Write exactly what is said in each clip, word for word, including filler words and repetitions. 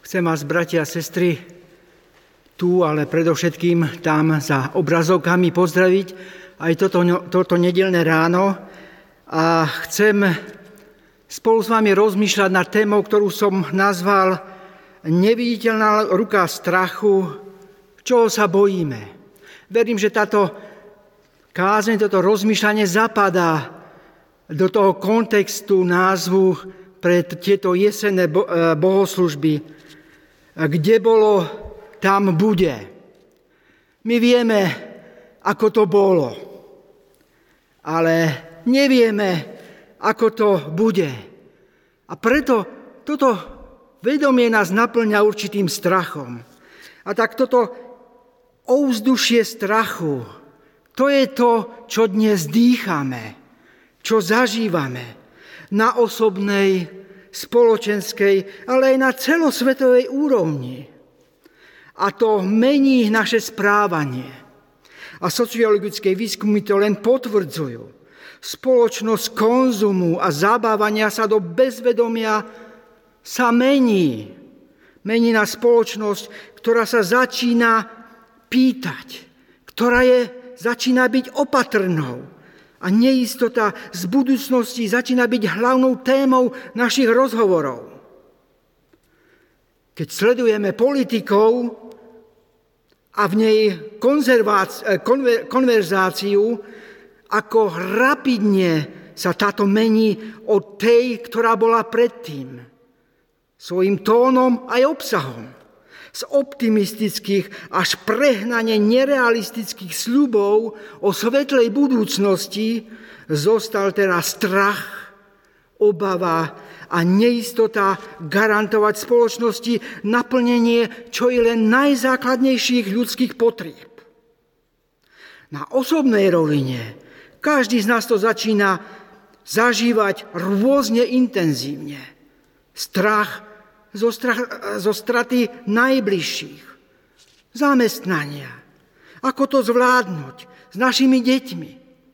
Chcem vás, bratia a sestry, tu, ale predovšetkým tam za obrazovkami pozdraviť aj toto, toto nedeľné ráno a chcem spolu s vami rozmýšľať nad témou, ktorú som nazval Neviditeľná ruka strachu, čoho sa bojíme. Verím, že táto kázeň, toto rozmýšľanie zapadá do toho kontextu názvu pre tieto jesenné bohoslužby. Kde bolo, tam bude. My vieme, ako to bolo, ale nevieme, ako to bude. A preto toto vedomie nás naplňa určitým strachom. A tak toto ovzdušie strachu, to je to, čo dnes dýchame, čo zažívame na osobnej, spoločenskej, ale aj na celosvetovej úrovni. A to mení naše správanie. A sociologické výskumy to len potvrdzujú. Spoločnosť konzumu a zabávania sa do bezvedomia sa mení. Mení na spoločnosť, ktorá sa začína pýtať, ktorá je, začína byť opatrnou. A neistota z budúcnosti začína byť hlavnou témou našich rozhovorov. Keď sledujeme politikov a v nej konver- konverzáciu, ako rapidne sa táto mení od tej, ktorá bola predtým. Svojím tónom aj obsahom. Z optimistických až prehnane nerealistických sľubov o svetlej budúcnosti zostal teraz strach, obava a neistota garantovať spoločnosti naplnenie čo i len najzákladnejších ľudských potrieb. Na osobnej rovine každý z nás to začína zažívať rôzne intenzívne. Strach Zo, strach, zo straty najbližších, zamestnania, ako to zvládnuť s našimi deťmi.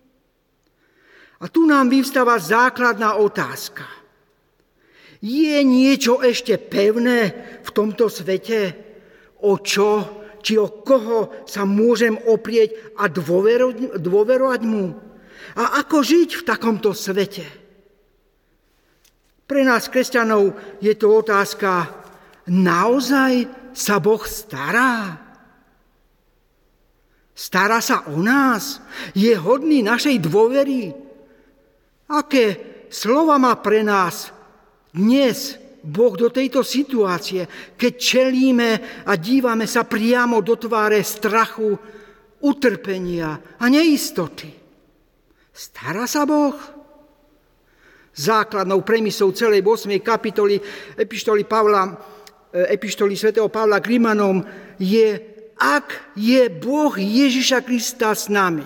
A tu nám vyvstáva základná otázka. Je niečo ešte pevné v tomto svete, o čo či o koho sa môžem oprieť a dôverovať, dôverovať mu? A ako žiť v takomto svete? Pre nás, kresťanov, je to otázka, naozaj sa Boh stará? Stará sa o nás? Je hodný našej dôvery? Aké slova má pre nás dnes Boh do tejto situácie, keď čelíme a dívame sa priamo do tváre strachu, utrpenia a neistoty? Stará sa Boh? Základnou premisou celej ôsmej kapitoly epištoly, Pavla, epištoly svätého Pavla k Rimanom je, ak je Boh Ježiša Krista s nami,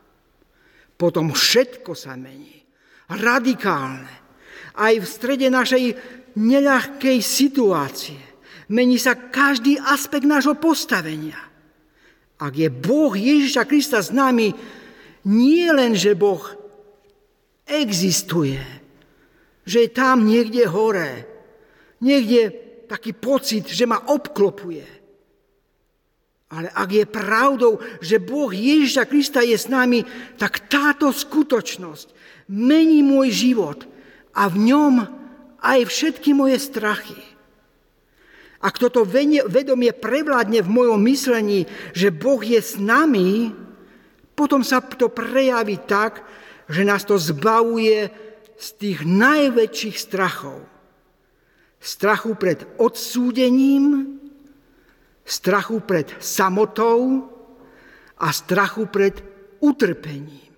potom všetko sa mení. Radikálne. Aj v strede našej neľahkej situácie mení sa každý aspekt nášho postavenia. Ak je Boh Ježiša Krista s nami, nie len, že Boh existuje, že je tam niekde hore, niekde taký pocit, že ma obklopuje. Ale ak je pravdou, že Boh Ježiša Krista je s nami, tak táto skutočnosť mení môj život a v ňom aj všetky moje strachy. Ak toto vedomie prevládne v mojom myslení, že Boh je s nami, potom sa to prejaví tak, že nás to zbavuje z tých najväčších strachov. Strachu pred odsúdením, strachu pred samotou a strachu pred utrpením.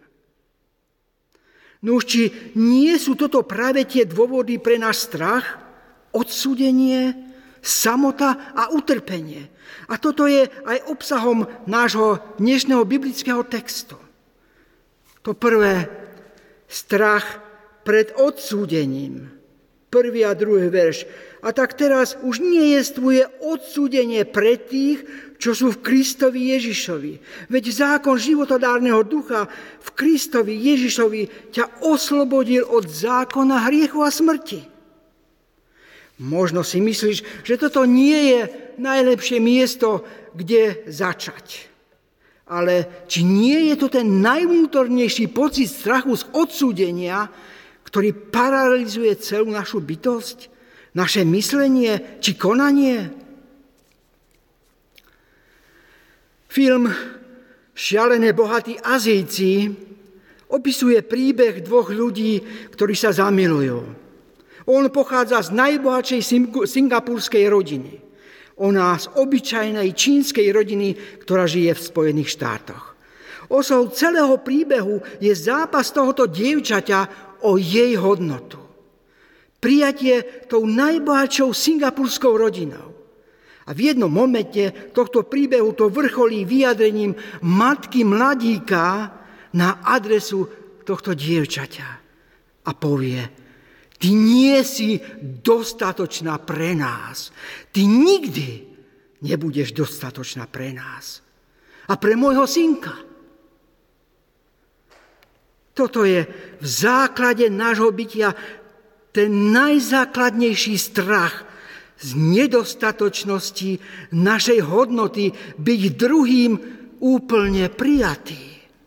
No už či nie sú toto práve tie dôvody pre náš strach, odsúdenie, samota a utrpenie. A toto je aj obsahom nášho dnešného biblického textu. To prvé, strach pred odsúdením. Prvý a druhý verš. A tak teraz už nejestvuje odsúdenie pre tých, čo sú v Kristovi Ježišovi. Veď zákon životodárneho ducha v Kristovi Ježišovi ťa oslobodil od zákona hriechu a smrti. Možno si myslíš, že toto nie je najlepšie miesto, kde začať. Ale či nie je to ten najvnútornejší pocit strachu z odsúdenia, ktorý paralizuje celú našu bytosť, naše myslenie či konanie? Film Šialené bohatí Azijci opisuje príbeh dvoch ľudí, ktorí sa zamilujú. On pochádza z najbohatšej singapurskej rodiny. Ona z obyčajnej čínskej rodiny, ktorá žije v Spojených štátoch. Osou celého príbehu je zápas tohoto dievčaťa o jej hodnotu. Prijatie tou najbohatšou singapurskou rodinou. A v jednom momente tohto príbehu to vrcholí vyjadrením matky mladíka na adresu tohto dievčaťa. A povie: ty nie si dostatočná pre nás. Ty nikdy nebudeš dostatočná pre nás. A pre môjho synka. Toto je v základe nášho bytia ten najzákladnejší strach z nedostatočnosti našej hodnoty byť druhým úplne prijatý.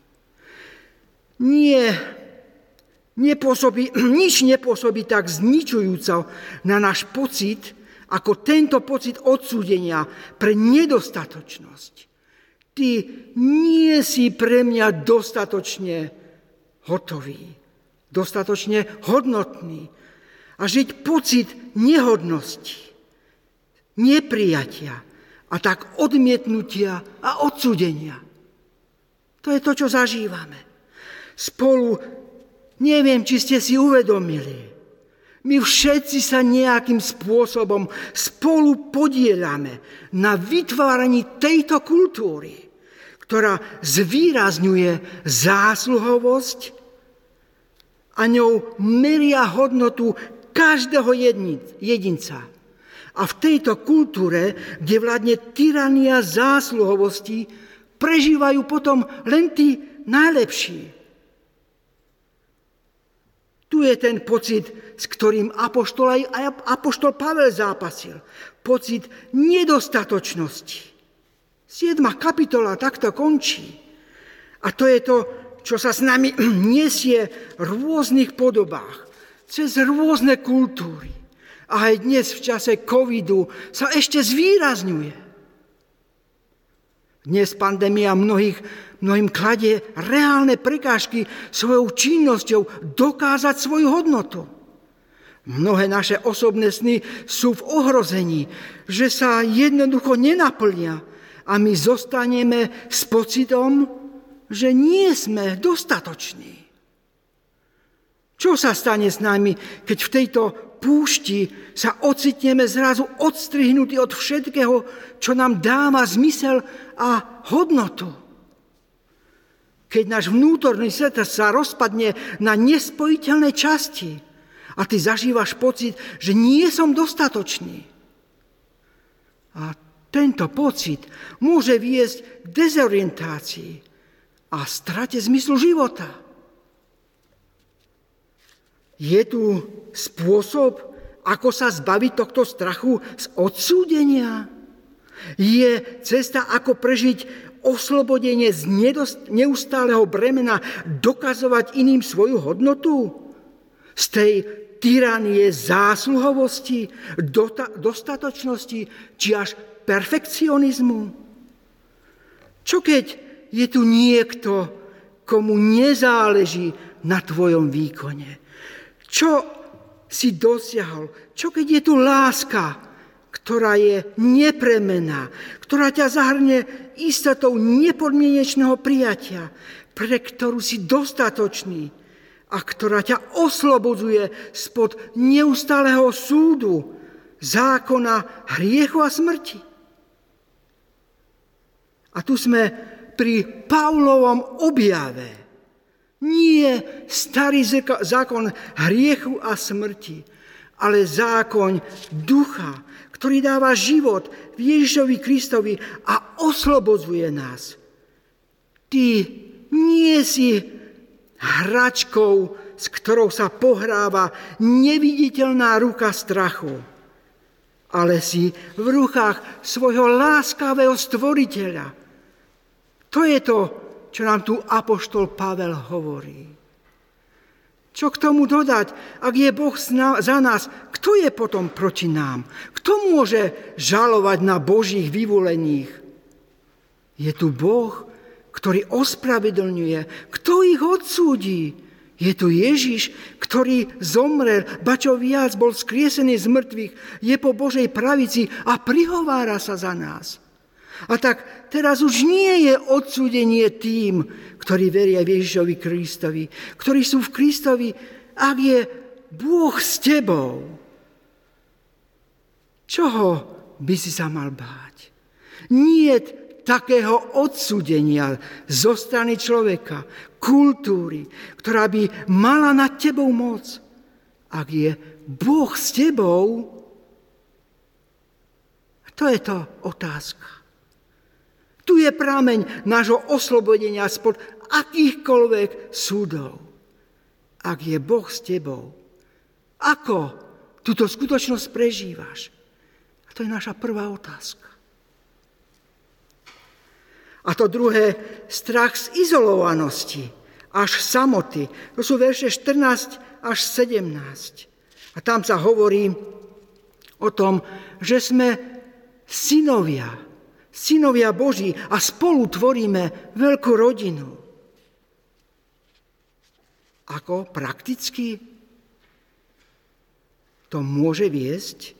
Nie Nepôsobí, nič nepôsobí tak zničujúco na náš pocit, ako tento pocit odsúdenia pre nedostatočnosť. Ty nie si pre mňa dostatočne hotový, dostatočne hodnotný. A žiť pocit nehodnosti, neprijatia a tak odmietnutia a odsúdenia. To je to, čo zažívame. Spolu Neviem, či ste si uvedomili. My všetci sa nejakým spôsobom spolu podieľame na vytváraní tejto kultúry, ktorá zvýrazňuje zásluhovosť a ňou meria hodnotu každého jedinca. A v tejto kultúre, kde vládne tyrania zásluhovosti, prežívajú potom len tí najlepší. Tu je ten pocit, s ktorým apoštol, aj apoštol Pavel zápasil. Pocit nedostatočnosti. Siedma kapitola takto končí. A to je to, čo sa s nami nesie v rôznych podobách, cez rôzne kultúry. A aj dnes v čase covidu sa ešte zvýrazňuje. Dnes pandémia mnohých, mnohým kladie reálne prekážky svojou činnosťou dokázať svoju hodnotu. Mnohé naše osobné sny sú v ohrození, že sa jednoducho nenaplnia a my zostaneme s pocitom, že nie sme dostatoční. Čo sa stane s nami, keď v tejto púšti sa ocitneme zrazu odstrihnutí od všetkého, čo nám dáva zmysel a hodnotu? Keď náš vnútorný svet sa rozpadne na nespojiteľné časti a ty zažívaš pocit, že nie som dostatočný. A tento pocit môže viesť k dezorientácii a strate zmyslu života. Je tu spôsob, ako sa zbaviť tohto strachu z odsúdenia? Je cesta, ako prežiť oslobodenie z neustáleho bremena, dokazovať iným svoju hodnotu? Z tej tyranie zásluhovosti, dostatočnosti, či až perfekcionizmu? Čo keď je tu niekto, komu nezáleží na tvojom výkone? Čo si dosiahol? Čo keď je tu láska, ktorá je nepremenná, ktorá ťa zahrnie istotou nepodmienečného prijatia, pre ktorú si dostatočný a ktorá ťa oslobodzuje spod neustáleho súdu, zákona, hriechu a smrti? A tu sme pri Pavlovom objave. Nie starý zákon hriechu a smrti, ale zákon ducha, ktorý dáva život v Ježišovi Kristovi a oslobodzuje nás. Ty nie si hračkou, s ktorou sa pohráva neviditeľná ruka strachu. ale si v rukách svojho láskavého stvoriteľa. To je to, čo nám tu apoštol Pavel hovorí. Čo k tomu dodať? Ak je Boh za nás, kto je potom proti nám? Kto môže žalovať na Božích vyvolených? Je tu Boh, ktorý ospravedlňuje. Kto ich odsúdi? Je tu Ježiš, ktorý zomrel, ba čo viac, bol skriesený z mŕtvych, je po Božej pravici a prihovára sa za nás. A tak teraz už nie je odsúdenie tým, ktorí veria Ježišovi Kristovi, ktorí sú v Kristovi, ak je Boh s tebou. Čoho by si sa mal báť? Nie takého odsúdenia zo strany človeka, kultúry, ktorá by mala nad tebou moc. Ak je Boh s tebou, to je to otázka. Tu je prameň nášho oslobodenia spod akýchkoľvek súdov. Ak je Boh s tebou, ako túto skutočnosť prežívaš? A to je naša prvá otázka. A to druhé, strach z izolovanosti až samoty. To sú verše štrnásť až sedemnásť. A tam sa hovorí o tom, že sme synovia, synovia Boží a spolu tvoríme veľkú rodinu. Ako prakticky to môže viesť?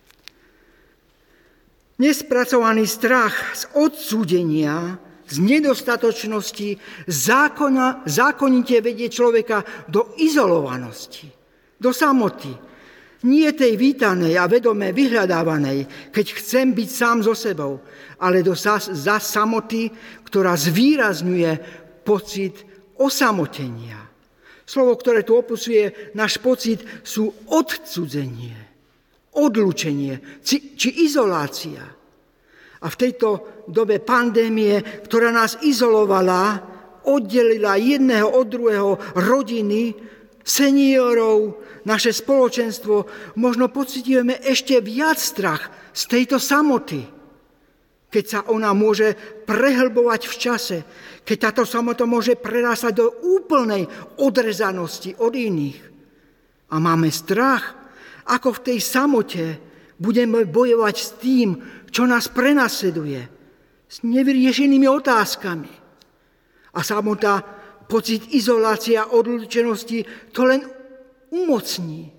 Nespracovaný strach z odsúdenia, z nedostatočnosti, zákona, zákonite vedie človeka do izolovanosti, do samoty. Nie tej vítanej a vedome vyhľadávanej, keď chcem byť sám so sebou, ale do za, za samoty, ktorá zvýrazňuje pocit osamotenia. Slovo, ktoré tu opisuje náš pocit, sú odcudzenie, odlúčenie či, či izolácia. A v tejto dobe pandémie, ktorá nás izolovala, oddelila jedného od druhého rodiny, seniorov, naše spoločenstvo, možno pociťujeme ešte viac strach z tejto samoty, keď sa ona môže prehlbovať v čase, keď táto samota môže prerásať do úplnej odrezanosti od iných. A máme strach, ako v tej samote budeme bojovať s tým, čo nás prenasleduje, s nevyriešenými otázkami. A samota, pocit izolácie a odlúčenosti to len umocní.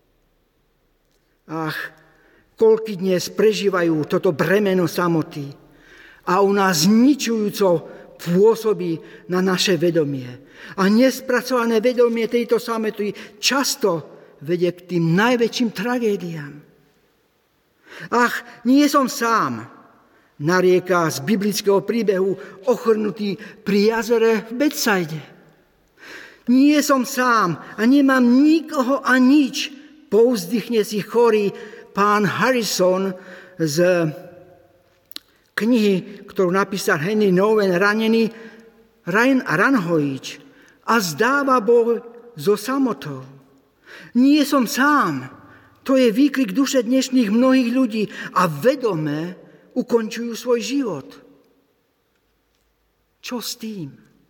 Ach, koľky dnes prežívajú toto bremeno samoty a u nás zničujúco pôsobí na naše vedomie. A nespracované vedomie tejto samoty často vedie k tým najväčším tragédiám. Ach, nie som sám, narieka z biblického príbehu ochrnutý pri jazere v Betsaide. Nie som sám a nemám nikoho a nič, povzdychne si chorý pán Harrison z knihy, ktorú napísal Henry Nouwen, ranený Ryan Ranhojič, a zdáva Boh so samotou. Nie som sám, to je výkrik duše dnešných mnohých ľudí a vedome ukončujú svoj život. Čo s tým?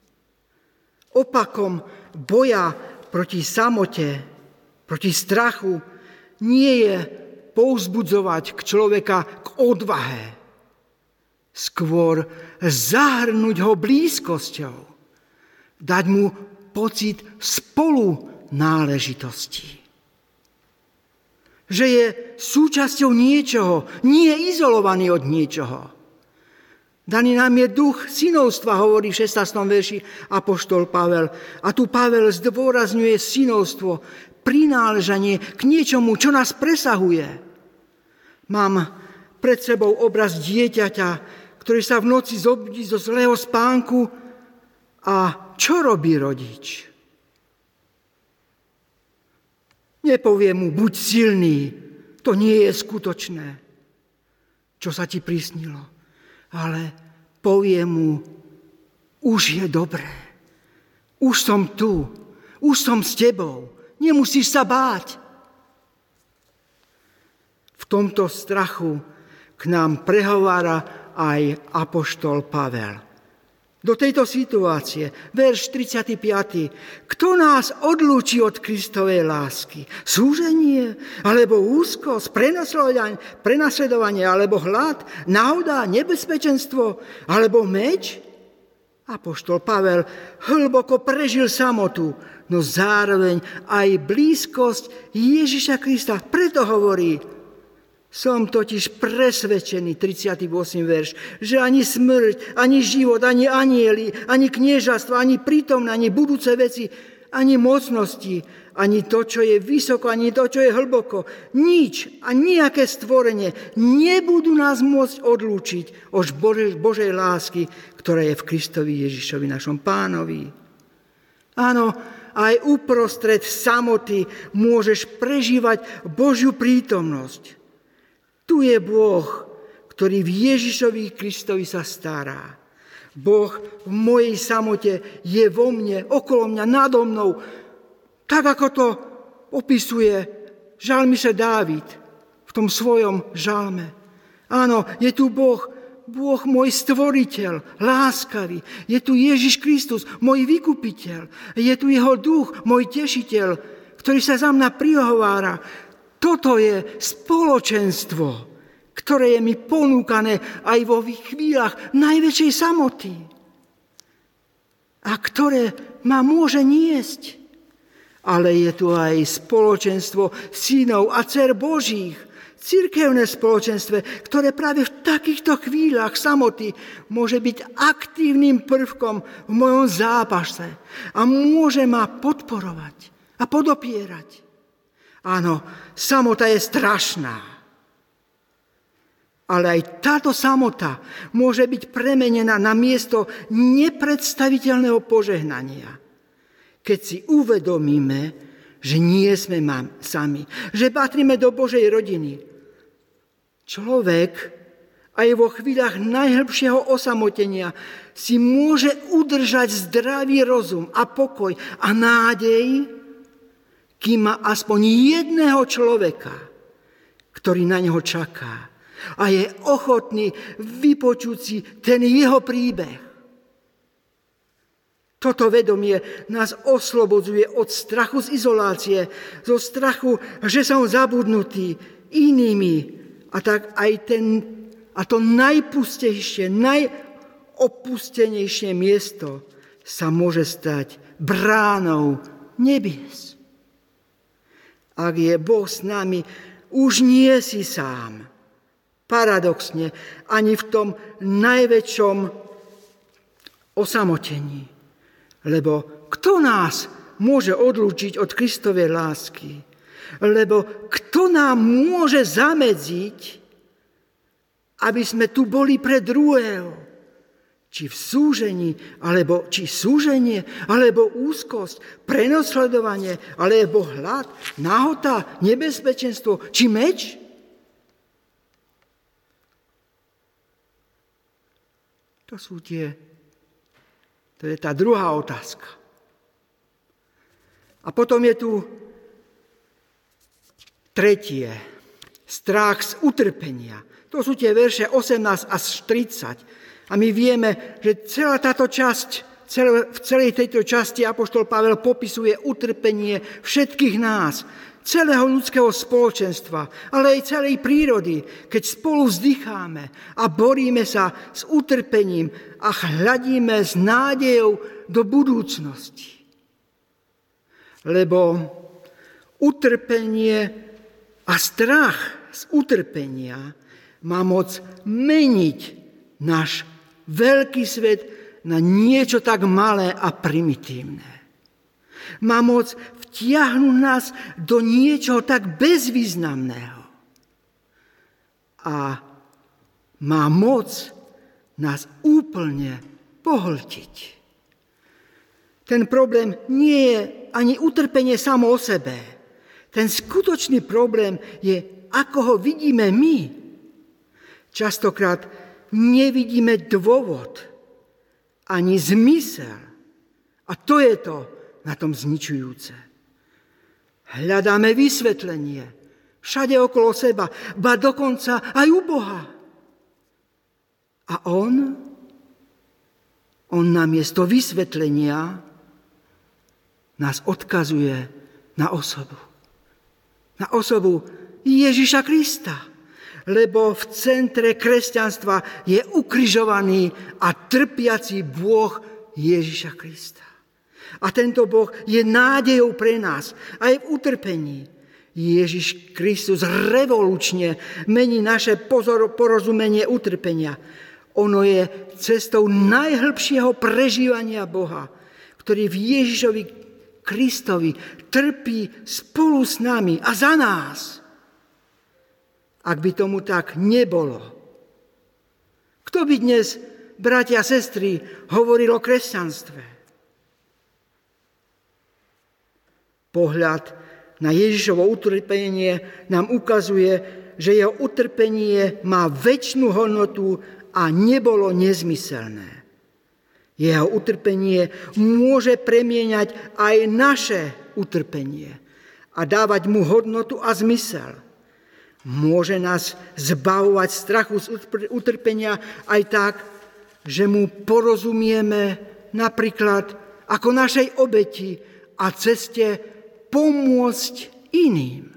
Opakom boja proti samote, proti strachu nie je povzbudzovať k človeka k odvahe. Skôr zahrnúť ho blízkosťou, dať mu pocit spolunáležitosti. Že je súčasťou niečoho, nie je izolovaný od niečoho. Daný nám je duch synovstva, hovorí v šestnástom verši apoštol Pavel. A tu Pavel zdôrazňuje synovstvo, prináležanie k niečomu, čo nás presahuje. Mám pred sebou obraz dieťaťa, ktorý sa v noci zobudí zo zlého spánku a čo robí rodič? Nepovie mu, buď silný, to nie je skutočné, čo sa ti prisnilo. Ale povie mu, už je dobré, už som tu, už som s tebou, nemusíš sa báť. V V tomto strachu k nám prehovára aj apoštol Pavel. Do tejto situácie, verš tridsiaty piaty Kto nás odlúči od Kristovej lásky? Súženie, alebo úzkosť, prenasledovanie, prenasledovanie, alebo hlad, náhoda, nebezpečenstvo, alebo meč? Apoštol Pavel hlboko prežil samotu, no zároveň aj blízkosť Ježiša Krista. Preto hovorí, som totiž presvedčený, tridsiaty ôsmy verš, že ani smrť, ani život, ani anjeli, ani kniežastvo, ani prítomné, ani budúce veci, ani mocnosti, ani to, čo je vysoko, ani to, čo je hlboko, nič a nejaké stvorenie nebudú nás môcť odlúčiť od Božej, Božej lásky, ktorá je v Kristovi Ježišovi, našom Pánovi. Áno, aj uprostred samoty môžeš prežívať Božiu prítomnosť. Tu je Boh, ktorý v Ježišovi Kristovi sa stará. Boh v mojej samote je vo mne, okolo mňa, nado mnou. Tak, ako to opisuje žalmista Dávid v tom svojom žalme. Áno, je tu Boh, Boh môj stvoriteľ, láskavý. Je tu Ježiš Kristus, môj vykupiteľ. Je tu jeho duch, môj tešiteľ, ktorý sa za mňa prihovára. Toto je spoločenstvo, ktoré je mi ponúkané aj vo chvíľach najväčšej samoty a ktoré ma môže niesť. Ale je tu aj spoločenstvo synov a dcér Božích, cirkevné spoločenstvo, ktoré práve v takýchto chvíľach samoty môže byť aktívnym prvkom v mojom zápase a môže ma podporovať a podopierať. Áno, samota je strašná. Ale aj táto samota môže byť premenená na miesto nepredstaviteľného požehnania. Keď si uvedomíme, že nie sme sami, že patríme do Božej rodiny. Človek aj vo chvíľach najhlbšieho osamotenia si môže udržať zdravý rozum a pokoj a nádej, kým má aspoň jedného človeka, ktorý na neho čaká a je ochotný vypočuť si ten jeho príbeh. Toto vedomie nás oslobodzuje od strachu z izolácie, zo strachu, že som zabudnutý inými. A tak aj ten, a to najpustejšie, najopustenejšie miesto sa môže stať bránou nebies. Ak je Boh s nami, už nie si sám. Paradoxne, ani v tom najväčšom osamotení. Lebo kto nás môže odlúčiť od Kristovej lásky? Lebo kto nám môže zamedziť, aby sme tu boli pre druhého? Či v súžení, alebo či súženie, alebo úzkosť, prenasledovanie, alebo hlad, nahota, nebezpečenstvo, či meč? To sú tie, to je tá druhá otázka. A potom je tu tretie, strach z utrpenia. To sú tie verše osemnásť až tridsať. A my vieme, že celá táto časť, v celej tejto časti apoštol Pavel popisuje utrpenie všetkých nás, celého ľudského spoločenstva, ale aj celej prírody, keď spolu vzdycháme a boríme sa s utrpením a hľadíme s nádejou do budúcnosti. Lebo utrpenie a strach z utrpenia má moc meniť náš veľký svet na niečo tak malé a primitívne. Má moc vtiahnuť nás do niečoho tak bezvýznamného. A má moc nás úplne pohltiť. Ten problém nie je ani utrpenie samo o sebe. Ten skutočný problém je, ako ho vidíme my. Častokrát nevidíme dôvod, ani zmysel. A to je to na tom zničujúce. Hľadáme vysvetlenie, Všade okolo seba, ba dokonca aj u Boha. A on, on namiesto vysvetlenia nás odkazuje na osobu. Na osobu Ježiša Krista. Lebo v centre kresťanstva je ukrižovaný a trpiaci Boh Ježiša Krista. A tento Boh je nádejou pre nás aj v utrpení. Ježiš Kristus revolučne mení naše pozor, porozumenie utrpenia. Ono je cestou najhlbšieho prežívania Boha, ktorý v Ježišovi Kristovi trpí spolu s nami a za nás. Ak by tomu tak nebolo, kto by dnes, bratia a sestry, hovoril o kresťanstve? Pohľad na Ježišovo utrpenie nám ukazuje, že jeho utrpenie má večnú hodnotu a nebolo nezmyselné. Jeho utrpenie môže premieňať aj naše utrpenie a dávať mu hodnotu a zmysel. Môže nás zbavovať strachu z utrpenia aj tak, že mu porozumieme napríklad ako našej obeti a ceste pomôcť iným.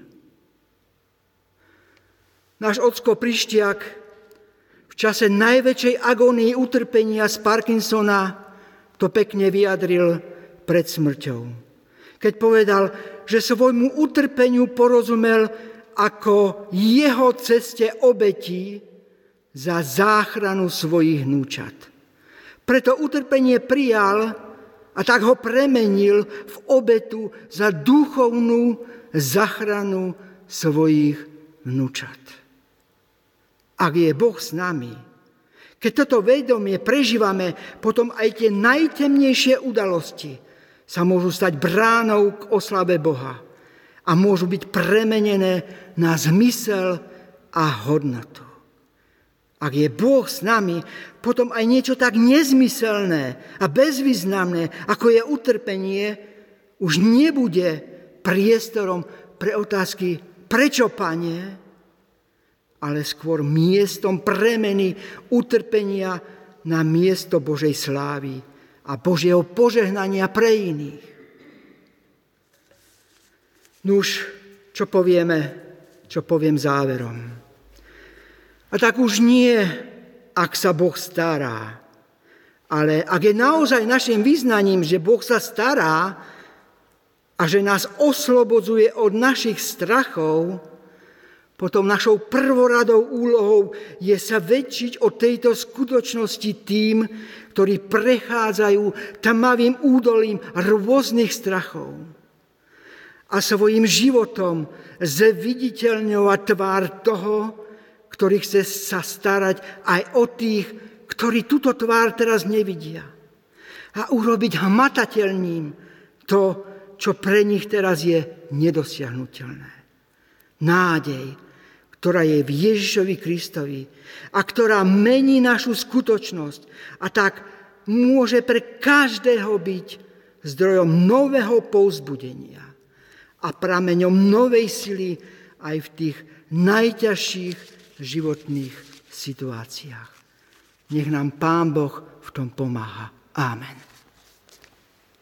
Náš ocko Prištiak v čase najväčšej agónie utrpenia z Parkinsona to pekne vyjadril pred smrťou. Keď povedal, že svojmu utrpeniu porozumel ako jeho ceste obetí za záchranu svojich vnúčat. Preto utrpenie prijal a tak ho premenil v obetu za duchovnú záchranu svojich vnúčat. Ak je Boh s nami, keď toto vedomie prežívame, potom aj tie najtemnejšie udalosti sa môžu stať bránou k oslave Boha a môžu byť premenené na zmysel a hodnotu. Ak je Boh s nami, potom aj niečo tak nezmyselné a bezvýznamné, ako je utrpenie, už nebude priestorom pre otázky prečo, Pane, ale skôr miestom premeny utrpenia na miesto Božej slávy a Božieho požehnania pre iných. Nuž, čo povieme, čo poviem záverom. A tak už nie, ak sa Boh stará, ale ak je naozaj našim vyznaním, že Boh sa stará a že nás oslobodzuje od našich strachov, potom našou prvoradou úlohou je sa vedčiť o tejto skutočnosti tým, ktorí prechádzajú tmavým údolím rôznych strachov. A svojim životom zviditeľňovať tvár toho, ktorý chce sa starať aj o tých, ktorí túto tvár teraz nevidia. A urobiť hmatateľným to, čo pre nich teraz je nedosiahnuteľné. Nádej, ktorá je v Ježišovi Kristovi a ktorá mení našu skutočnosť a tak môže pre každého byť zdrojom nového povzbudenia a prameňom novej sily aj v tých najťažších životných situáciách. Nech nám Pán Boh v tom pomáha. Amen.